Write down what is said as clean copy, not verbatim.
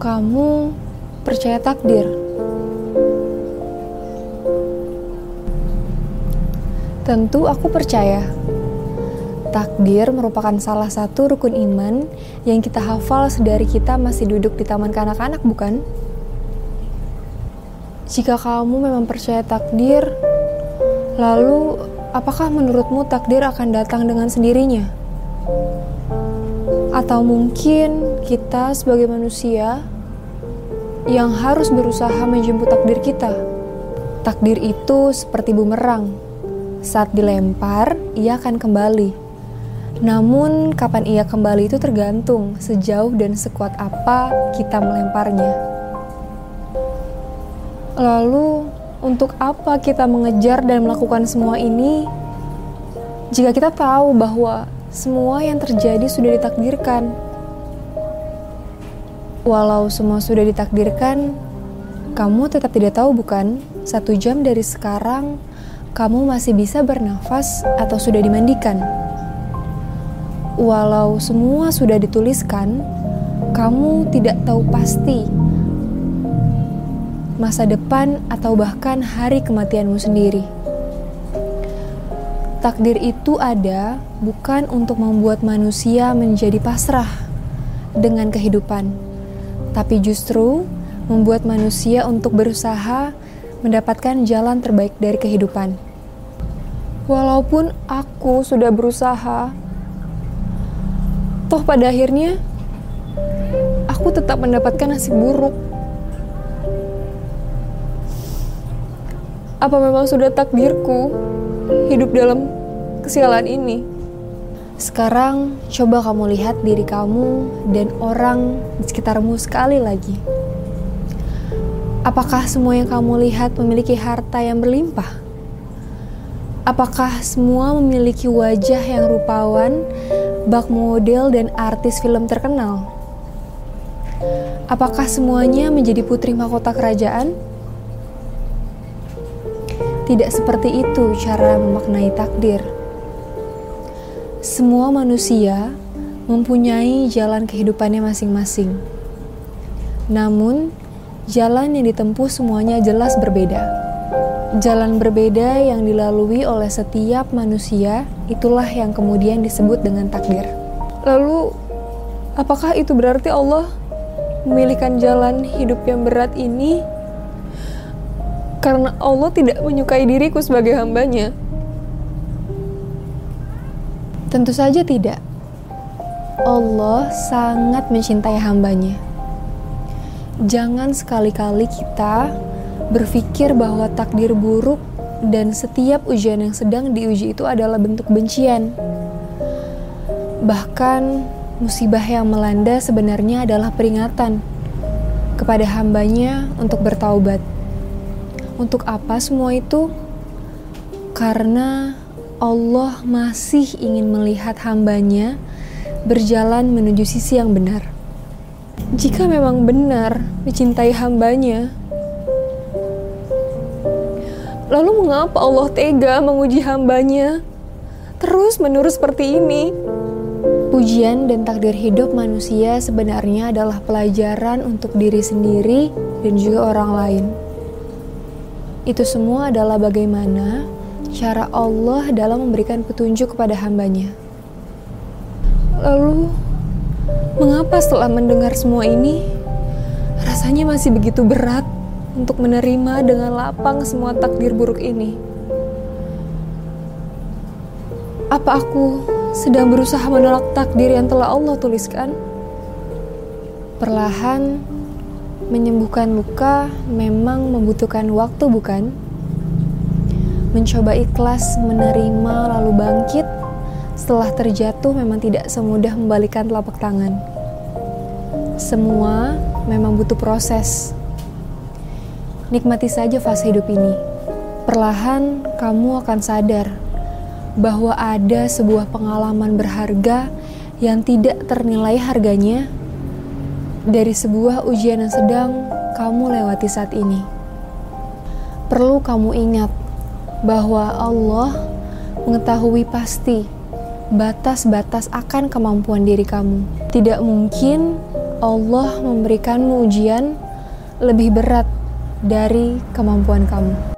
Kamu percaya takdir? Tentu aku percaya. Takdir merupakan salah satu rukun iman yang kita hafal sedari kita masih duduk di taman kanak-kanak, bukan? Jika kamu memang percaya takdir, lalu apakah menurutmu takdir akan datang dengan sendirinya? Atau mungkin kita sebagai manusia yang harus berusaha menjemput takdir kita? Takdir itu seperti bumerang. Saat dilempar, ia akan kembali. Namun, kapan ia kembali itu tergantung sejauh dan sekuat apa kita melemparnya. Lalu, untuk apa kita mengejar dan melakukan semua ini jika kita tahu bahwa semua yang terjadi sudah ditakdirkan? Walau semua sudah ditakdirkan, kamu tetap tidak tahu, bukan? 1 jam dari sekarang, kamu masih bisa bernafas atau sudah dimandikan. Walau semua sudah dituliskan, kamu tidak tahu pasti masa depan atau bahkan hari kematianmu sendiri. Takdir itu ada bukan untuk membuat manusia menjadi pasrah dengan kehidupan, tapi justru membuat manusia untuk berusaha mendapatkan jalan terbaik dari kehidupan. Walaupun aku sudah berusaha, toh pada akhirnya aku tetap mendapatkan nasib buruk. Apa memang sudah takdirku hidup dalam kesialan ini? Sekarang coba kamu lihat diri kamu dan orang di sekitarmu sekali lagi. Apakah semua yang kamu lihat memiliki harta yang berlimpah? Apakah semua memiliki wajah yang rupawan, bak model dan artis film terkenal? Apakah semuanya menjadi putri mahkota kerajaan? Tidak seperti itu cara memaknai takdir. Semua manusia mempunyai jalan kehidupannya masing-masing. Namun, jalan yang ditempuh semuanya jelas berbeda. Jalan berbeda yang dilalui oleh setiap manusia, itulah yang kemudian disebut dengan takdir. Lalu, apakah itu berarti Allah memilihkan jalan hidup yang berat ini karena Allah tidak menyukai diriku sebagai hambanya? Tentu saja tidak. Allah sangat mencintai hambanya. Jangan sekali-kali kita berpikir bahwa takdir buruk dan setiap ujian yang sedang diuji itu adalah bentuk bencian. Bahkan musibah yang melanda sebenarnya adalah peringatan kepada hambanya untuk bertaubat. Untuk apa semua itu? Karena Allah masih ingin melihat hambanya berjalan menuju sisi yang benar. Jika memang benar mencintai hambanya, lalu mengapa Allah tega menguji hambanya terus-menerus seperti ini? Ujian dan takdir hidup manusia sebenarnya adalah pelajaran untuk diri sendiri dan juga orang lain. Itu semua adalah bagaimana cara Allah dalam memberikan petunjuk kepada hambanya. Lalu, mengapa setelah mendengar semua ini, rasanya masih begitu berat untuk menerima dengan lapang semua takdir buruk ini? Apa aku sedang berusaha menolak takdir yang telah Allah tuliskan? Perlahan, menyembuhkan luka memang membutuhkan waktu, bukan? Mencoba ikhlas menerima lalu bangkit setelah terjatuh memang tidak semudah membalikkan telapak tangan. Semua memang butuh proses. Nikmati saja fase hidup ini. Perlahan kamu akan sadar bahwa ada sebuah pengalaman berharga yang tidak ternilai harganya dari sebuah ujian yang sedang kamu lewati saat ini. Perlu kamu ingat bahwa Allah mengetahui pasti batas-batas akan kemampuan diri kamu. Tidak mungkin Allah memberikanmu ujian lebih berat dari kemampuan kamu.